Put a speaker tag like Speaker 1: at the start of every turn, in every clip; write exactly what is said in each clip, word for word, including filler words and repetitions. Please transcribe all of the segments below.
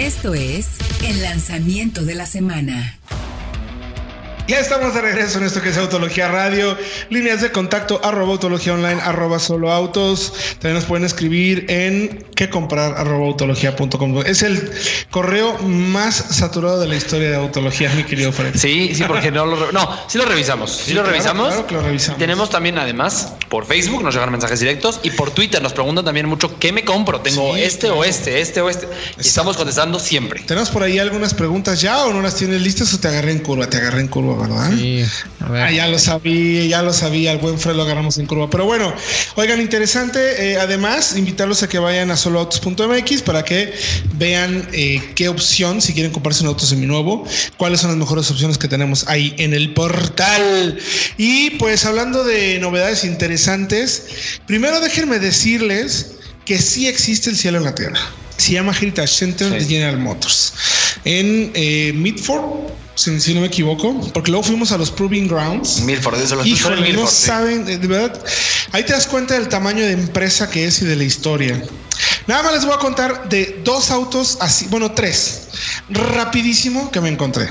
Speaker 1: Esto es el lanzamiento de la semana.
Speaker 2: Ya estamos de regreso en esto que es Autología Radio. Líneas de contacto arroba autología online, arroba solo autos. También nos pueden escribir en qué comprar arroba autología punto com. Es el correo más saturado de la historia de Autología, mi querido Fred.
Speaker 3: Sí, sí, porque no lo re- no, sí lo revisamos. Sí, sí lo
Speaker 2: claro,
Speaker 3: revisamos.
Speaker 2: Claro que lo revisamos.
Speaker 3: Tenemos también, además, por Facebook nos llegan mensajes directos y por Twitter nos preguntan también mucho qué me compro. Tengo sí, este claro. o este, este o este. Y estamos contestando siempre.
Speaker 2: ¿Tenemos por ahí algunas preguntas ya o no las tienes listas o te agarré en curva? Te agarré en curva, ¿verdad?
Speaker 4: Sí, a ver.
Speaker 2: Ah, ya lo sabía, ya lo sabía, al buen Fred lo agarramos en curva. Pero bueno, oigan, interesante, eh, además, invitarlos a que vayan a solo autos punto m x para que vean eh, qué opción, si quieren comprarse un auto seminuevo, cuáles son las mejores opciones que tenemos ahí en el portal. Y pues hablando de novedades interesantes, primero déjenme decirles que sí existe el cielo en la tierra. Se llama Heritage Center sí. de General Motors en eh, Midford, si, si no me equivoco, porque luego fuimos a los Proving Grounds.
Speaker 3: Milford, eso lo
Speaker 2: Híjole,
Speaker 3: Milford,
Speaker 2: no
Speaker 3: sí.
Speaker 2: saben, de verdad, ahí te das cuenta del tamaño de empresa que es y de la historia. Nada más les voy a contar de dos autos así, bueno, tres, rapidísimo que me encontré.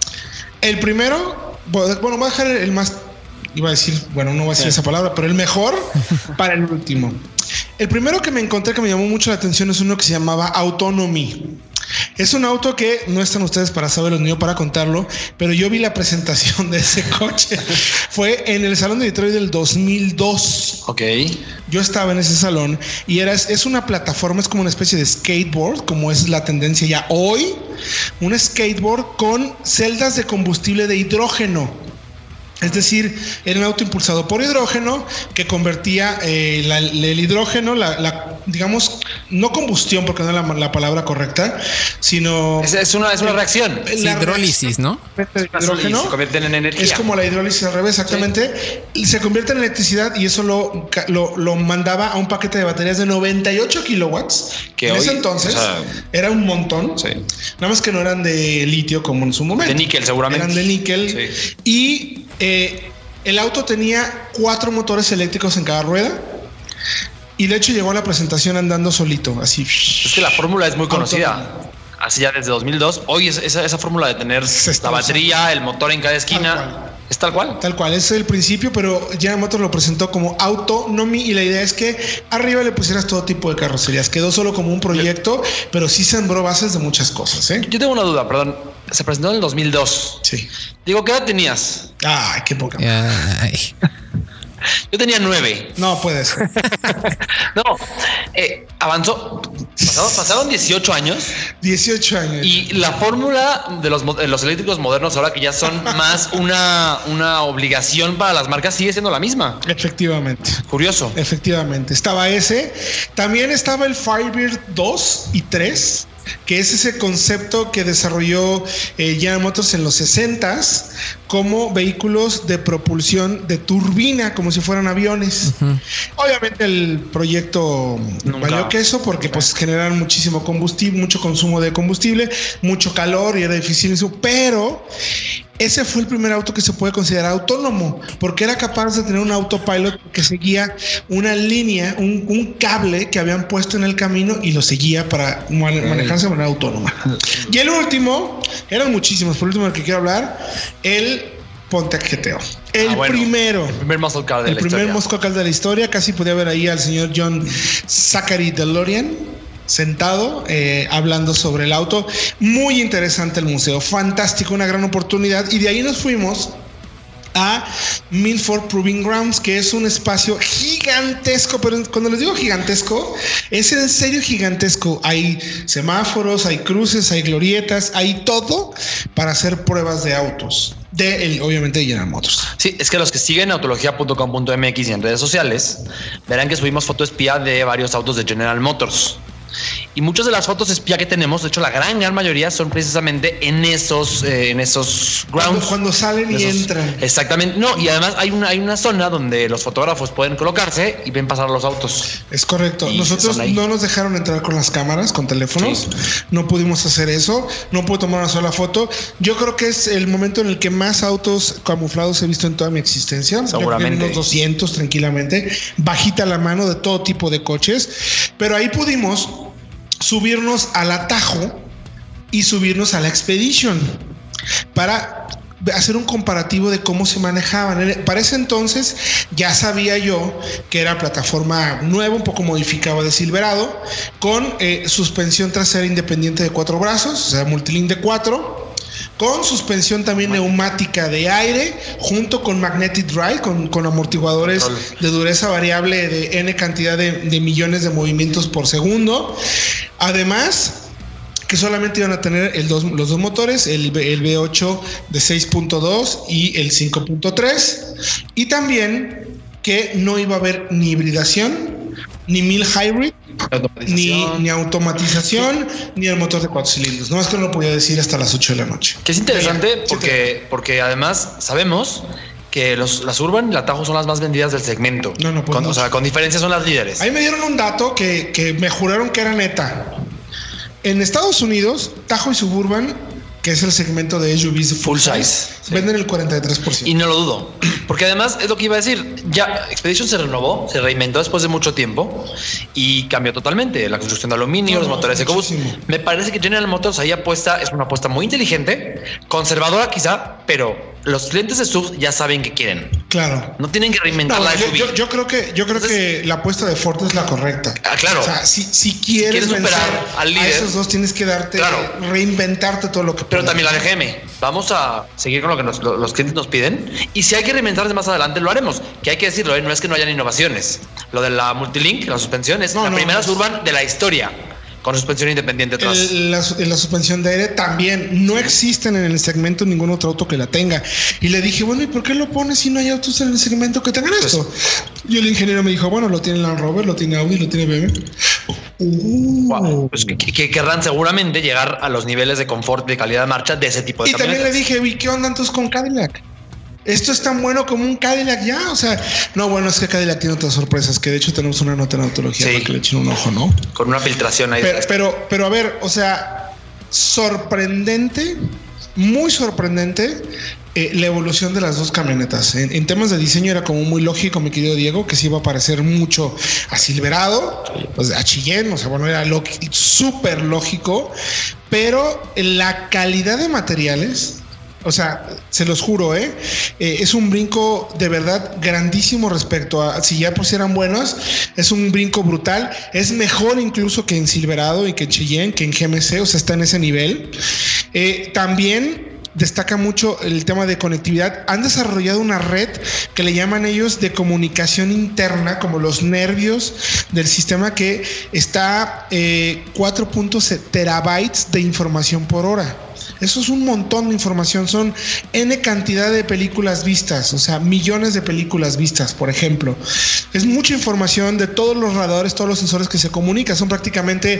Speaker 2: El primero, bueno, voy a dejar el más, iba a decir, bueno, no voy a decir sí. esa palabra, pero el mejor para el último. El primero que me encontré que me llamó mucho la atención es uno que se llamaba Autonomy. Es un auto que no están ustedes para saberlo ni yo para contarlo, pero yo vi la presentación de ese coche. Fue en el Salón de Detroit del dos mil dos.
Speaker 3: Ok.
Speaker 2: Yo estaba en ese salón y era, es una plataforma, es como una especie de skateboard, como es la tendencia ya hoy. Un skateboard con celdas de combustible de hidrógeno. Es decir, era un auto impulsado por hidrógeno que convertía eh, la, el hidrógeno, la, la, digamos, no combustión, porque no es la, la palabra correcta, sino...
Speaker 3: Es, es, una, es una reacción.
Speaker 4: Es hidrólisis, ¿no?
Speaker 2: El hidrógeno
Speaker 3: se convierte en energía.
Speaker 2: Es como la hidrólisis al revés, exactamente. Sí. Se convierte en electricidad y eso lo, lo, lo mandaba a un paquete de baterías de noventa y ocho kilowatts. Que en hoy, ese entonces o sea, era un montón. Sí. Nada más que no eran de litio como en su momento.
Speaker 3: De níquel, seguramente.
Speaker 2: Eran de níquel. Sí. Y... Eh, el auto tenía cuatro motores eléctricos en cada rueda y de hecho llegó a la presentación andando solito, así.
Speaker 3: Es que la fórmula es muy conocida. Auto. Así ya desde dos mil dos. Hoy es esa, esa fórmula de tener la batería, el motor en cada esquina.
Speaker 2: Tal
Speaker 3: ¿Es tal cual?
Speaker 2: Tal cual, es el principio, pero General Motors lo presentó como Autonomy y la idea es que arriba le pusieras todo tipo de carrocerías. Quedó solo como un proyecto, pero sí sembró bases de muchas cosas, ¿eh?
Speaker 3: Yo tengo una duda, perdón. Se presentó en el dos mil dos.
Speaker 2: Sí.
Speaker 3: Digo, ¿qué edad tenías?
Speaker 2: Ay, qué poca.
Speaker 4: Ay.
Speaker 3: Yo tenía nueve.
Speaker 2: No puede ser.
Speaker 3: No, eh, avanzó. Pasaron, pasaron dieciocho años.
Speaker 2: dieciocho años.
Speaker 3: Y la fórmula de los, de los eléctricos modernos, ahora que ya son más una, una obligación para las marcas, sigue siendo la misma.
Speaker 2: Efectivamente.
Speaker 3: Curioso.
Speaker 2: Efectivamente. Estaba ese. También estaba el Firebird dos y tres. Que es ese concepto que desarrolló eh, General Motors en los sesentas como vehículos de propulsión de turbina, como si fueran aviones. Uh-huh. Obviamente el proyecto Nunca. valió queso porque pues generan muchísimo combustible, mucho consumo de combustible, mucho calor y era dificilísimo, pero ese fue el primer auto que se puede considerar autónomo, porque era capaz de tener un autopilot que seguía una línea, un, un cable que habían puesto en el camino y lo seguía para manejarse de manera autónoma. Y el último, eran muchísimos, por último del que quiero hablar, el Pontiac G T O. El ah, bueno, primero.
Speaker 3: El primer muscle car de
Speaker 2: el
Speaker 3: la
Speaker 2: primer
Speaker 3: historia.
Speaker 2: muscle car de la historia. Casi podía ver ahí al señor John Zachary DeLorean sentado eh, hablando sobre el auto. Muy interesante el museo, fantástico, una gran oportunidad. Y de ahí nos fuimos a Milford Proving Grounds, que es un espacio gigantesco, pero cuando les digo gigantesco, es en serio gigantesco. Hay semáforos, hay cruces, hay glorietas, hay todo para hacer pruebas de autos. De el, obviamente de General Motors.
Speaker 3: Sí, es que los que siguen autología punto com punto m x y en redes sociales verán que subimos foto espía de varios autos de General Motors. Y muchas de las fotos espía que tenemos, de hecho la gran gran mayoría son precisamente en esos eh, en esos grounds.
Speaker 2: Cuando, cuando salen y
Speaker 3: esos,
Speaker 2: entran.
Speaker 3: Exactamente. No, y además hay una hay una zona donde los fotógrafos pueden colocarse y ven pasar los autos.
Speaker 2: Es correcto. Y nosotros no nos dejaron entrar con las cámaras, con teléfonos. Sí. No pudimos hacer eso. No pude tomar una sola foto. Yo creo que es el momento en el que más autos camuflados he visto en toda mi existencia.
Speaker 3: Seguramente.
Speaker 2: Unos doscientos tranquilamente. Bajita la mano de todo tipo de coches. Pero ahí pudimos subirnos al atajo y subirnos a la Expedition para hacer un comparativo de cómo se manejaban. Para ese entonces ya sabía yo que era plataforma nueva, un poco modificada de Silverado, con eh, suspensión trasera independiente de cuatro brazos, o sea, multilink de cuatro, con suspensión también neumática de aire, junto con magnetic drive, con, con amortiguadores Control. de dureza variable de N cantidad de, de millones de movimientos por segundo. Además, que solamente iban a tener el dos, los dos motores, el, el V ocho de seis punto dos y el cinco punto tres, y también que no iba a haber ni hibridación, ni mild hybrid, ni, ni automatización, ni el motor de cuatro cilindros. No, es que no lo podía decir hasta las ocho de la noche.
Speaker 3: Que es interesante Oye, porque, porque además sabemos que los, las Urban y la Tahoe son las más vendidas del segmento. No, no, pues con, no. O sea, con diferencia son las líderes.
Speaker 2: Ahí me dieron un dato que, que me juraron que era neta. En Estados Unidos, Tahoe y Suburban, que es el segmento de S U Vs full, full size, size sí. venden el cuarenta y tres por ciento.
Speaker 3: Y no lo dudo, porque además es lo que iba a decir. Ya Expedition se renovó, se reinventó después de mucho tiempo y cambió totalmente la construcción de aluminio, no, los motores de EcoBoost. Me parece que General Motors ahí apuesta, es una apuesta muy inteligente, conservadora quizá, pero los clientes de S U V ya saben qué quieren.
Speaker 2: Claro.
Speaker 3: No tienen que reinventar
Speaker 2: no,
Speaker 3: la
Speaker 2: yo,
Speaker 3: S U V.
Speaker 2: Yo, yo creo que yo creo Entonces, que la apuesta de Ford es la correcta.
Speaker 3: Ah, claro.
Speaker 2: O sea, si, si quieres, si quieres superar al líder, a esos dos tienes que darte, claro, reinventarte todo lo que
Speaker 3: Pero
Speaker 2: puedas.
Speaker 3: También la de G M. Vamos a seguir con lo que nos, lo, los clientes nos piden. Y si hay que reinventarse más adelante, lo haremos. Que hay que decirlo, ¿eh? No es que no hayan innovaciones. Lo de la multilink, la suspensión, es no, la no, primera no. Urban de la historia. Con suspensión independiente atrás.
Speaker 2: El, la, la suspensión de aire también. No existen en el segmento ningún otro auto que la tenga. Y le dije, bueno, ¿y por qué lo pones si no hay autos en el segmento que tengan pues, esto? Y el ingeniero me dijo, bueno, lo tiene Land Rover, lo tiene Audi, lo tiene B M W. Uh.
Speaker 3: Wow. Pues que, que querrán seguramente llegar a los niveles de confort, de calidad de marcha de ese tipo de
Speaker 2: Y también le dije, ¿y qué onda entonces con Cadillac? Esto es tan bueno como un Cadillac ya, o sea, no, bueno, es que Cadillac tiene otras sorpresas, que de hecho tenemos una nota en autología sí. para que le echen un ojo, ¿no?
Speaker 3: Con una filtración ahí.
Speaker 2: Pero, pero, pero a ver, o sea, sorprendente, muy sorprendente eh, la evolución de las dos camionetas. En, en temas de diseño era como muy lógico, mi querido Diego, que se iba a parecer mucho a Silverado, pues, a Cheyenne, o sea, bueno, era súper lógico, pero la calidad de materiales, o sea, se los juro, ¿eh? ¿eh? Es un brinco de verdad grandísimo respecto a si ya pues eran buenos. Es un brinco brutal. Es mejor incluso que en Silverado y que en Cheyenne, que en G M C. O sea, está en ese nivel. Eh, también destaca mucho el tema de conectividad. Han desarrollado una red que le llaman ellos de comunicación interna, como los nervios del sistema, que está eh, cuatro punto siete terabytes de información por hora. Eso es un montón de información, son N cantidad de películas vistas, o sea, millones de películas vistas, por ejemplo. Es mucha información de todos los radares, todos los sensores que se comunican, son prácticamente...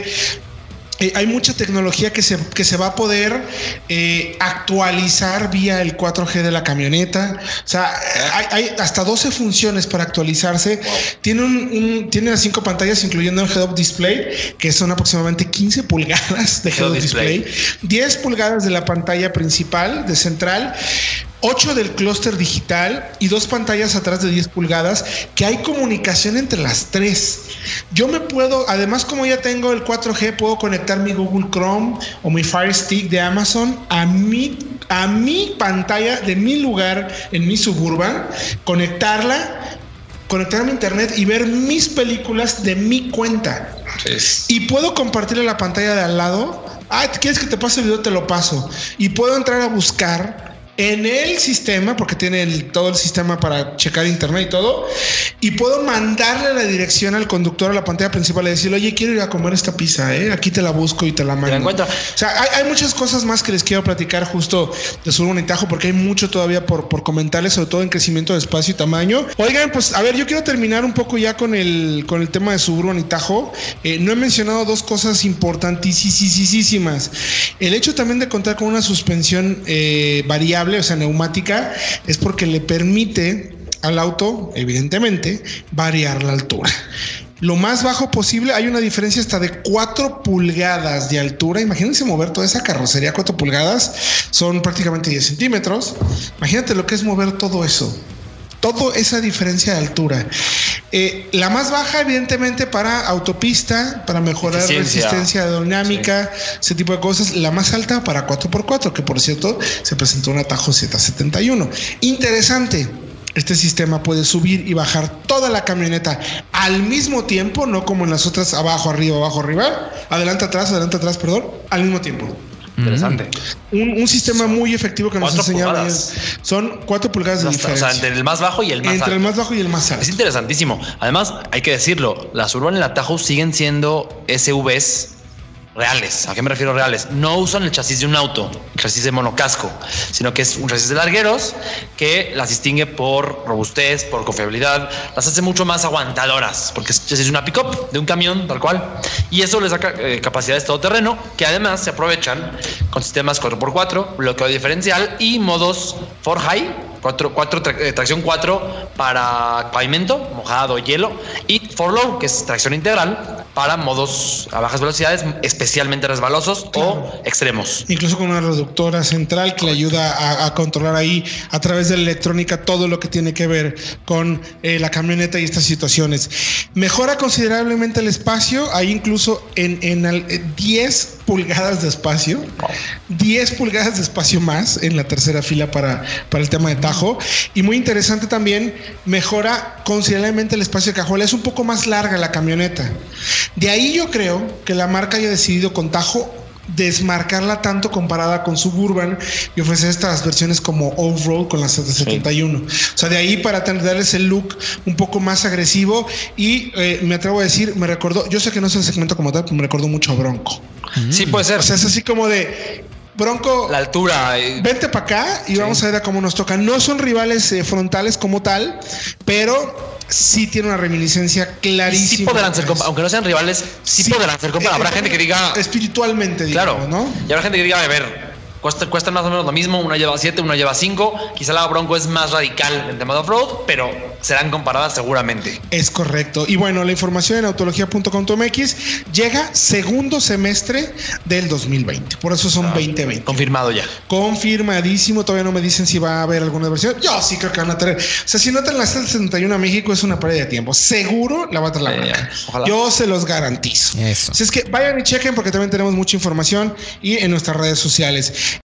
Speaker 2: Eh, hay mucha tecnología que se, que se va a poder eh, actualizar vía el cuatro G de la camioneta. O sea, hay, hay hasta doce funciones para actualizarse. Wow. Tiene, un, un, tiene las cinco pantallas, incluyendo el Head-Up Display, que son aproximadamente quince pulgadas de Head-Up Display, diez pulgadas de la pantalla principal, de central, ocho del clúster digital y dos pantallas atrás de diez pulgadas, que hay comunicación entre las tres. Yo me puedo, además, como ya tengo el cuatro G, puedo conectar mi Google Chrome o mi Fire Stick de Amazon a mi, a mi pantalla de mi lugar en mi Suburban, conectarla, conectar a mi internet y ver mis películas de mi cuenta. Sí. Y puedo compartirle la pantalla de al lado. Ah, ¿quieres que te pase el video? Te lo paso. Y puedo entrar a buscar en el sistema, porque tiene el, todo el sistema para checar internet y todo, y puedo mandarle la dirección al conductor a la pantalla principal y decirle, oye, quiero ir a comer esta pizza, ¿eh? Aquí te la busco y te la mando. ¿Te la encuentro? O sea, hay, hay muchas cosas más que les quiero platicar justo de Suburban y Tahoe, porque hay mucho todavía por, por comentarles, sobre todo en crecimiento de espacio y tamaño. Oigan, pues a ver, yo quiero terminar un poco ya con el, con el tema de Suburban y Tahoe. Eh, no he mencionado dos cosas importantísimas. El hecho también de contar con una suspensión eh, variable, o sea, neumática, es porque le permite al auto, evidentemente, variar la altura. Lo más bajo posible, hay una diferencia hasta de cuatro pulgadas de altura. Imagínense mover toda esa carrocería, cuatro pulgadas, son prácticamente diez centímetros. Imagínate lo que es mover todo eso. Toda esa diferencia de altura. Eh, la más baja, evidentemente, para autopista, para mejorar
Speaker 3: Eficiencia.
Speaker 2: resistencia aerodinámica, sí. ese tipo de cosas. La más alta para cuatro por cuatro, que por cierto se presentó un Tahoe Z setenta y uno. Interesante. Este sistema puede subir y bajar toda la camioneta al mismo tiempo, no como en las otras abajo, arriba, abajo, arriba, adelante, atrás, adelante, atrás, perdón, al mismo tiempo.
Speaker 3: Interesante.
Speaker 2: Un, un sistema muy efectivo que nos enseñaron. Son cuatro pulgadas de diferencia.
Speaker 3: O sea, entre el más bajo y el más
Speaker 2: entre
Speaker 3: alto.
Speaker 2: el más bajo y el más alto.
Speaker 3: Es interesantísimo. Además, hay que decirlo, las Urban y la Tahoe siguen siendo S U Vs reales. ¿A qué me refiero reales? No usan el chasis de un auto, el chasis de monocasco, sino que es un chasis de largueros que las distingue por robustez, por confiabilidad, las hace mucho más aguantadoras, porque es chasis de una pick-up, de un camión, tal cual. Y eso les da eh, capacidades todoterreno, que además se aprovechan con sistemas cuatro por cuatro, bloqueo diferencial y modos for high, cuatro, cuatro, tra eh, tracción cuatro para pavimento, mojado, hielo, y for low, que es tracción integral para modos a bajas velocidades, especialmente resbalosos, claro, o extremos.
Speaker 2: Incluso con una reductora central que le ayuda a, a controlar ahí a través de la electrónica todo lo que tiene que ver con eh, la camioneta y estas situaciones. Mejora considerablemente el espacio, hay incluso en, en al, eh, diez pulgadas de espacio, wow. diez pulgadas de espacio más en la tercera fila para, para el tema de Tahoe. Y muy interesante también, mejora considerablemente el espacio de cajuela, es un poco más larga la camioneta. De ahí yo creo que la marca haya decidido con Tahoe desmarcarla tanto comparada con Suburban y ofrecer estas versiones como off-road con la Z setenta y uno. Sí. O sea, de ahí para darles el look un poco más agresivo y eh, me atrevo a decir, me recordó, yo sé que no es el segmento como tal, pero me recordó mucho a Bronco.
Speaker 3: Sí, puede ser.
Speaker 2: O sea, es así como de Bronco,
Speaker 3: la altura. Eh.
Speaker 2: Vente para acá y sí. vamos a ver a cómo nos toca. No son rivales eh, frontales como tal, pero sí tiene una reminiscencia clarísima.
Speaker 3: Sí podrán ser compa, aunque no sean rivales, sí, sí podrán ser compa. Habrá eh, gente que diga
Speaker 2: espiritualmente, digamos,
Speaker 3: claro,
Speaker 2: ¿no?
Speaker 3: Y habrá gente que diga, a ver, cuesta, cuestan más o menos lo mismo, una lleva siete, una lleva cinco. Quizá la Bronco es más radical en tema de off-road, pero serán comparadas seguramente.
Speaker 2: Es correcto. Y bueno, la información en autología punto com punto m x llega segundo semestre del dos mil veinte. Por eso son ah, veinte veinte.
Speaker 3: Confirmado ya.
Speaker 2: Confirmadísimo. Todavía no me dicen si va a haber alguna versión. Yo sí creo que van a tener. O sea, si no traen la Z setenta y uno a México, es una pérdida de tiempo. Seguro la va a traer la marca. Eh, Yo se los garantizo.
Speaker 4: Eso.
Speaker 2: Así es que vayan y chequen porque también tenemos mucha información y en nuestras redes sociales.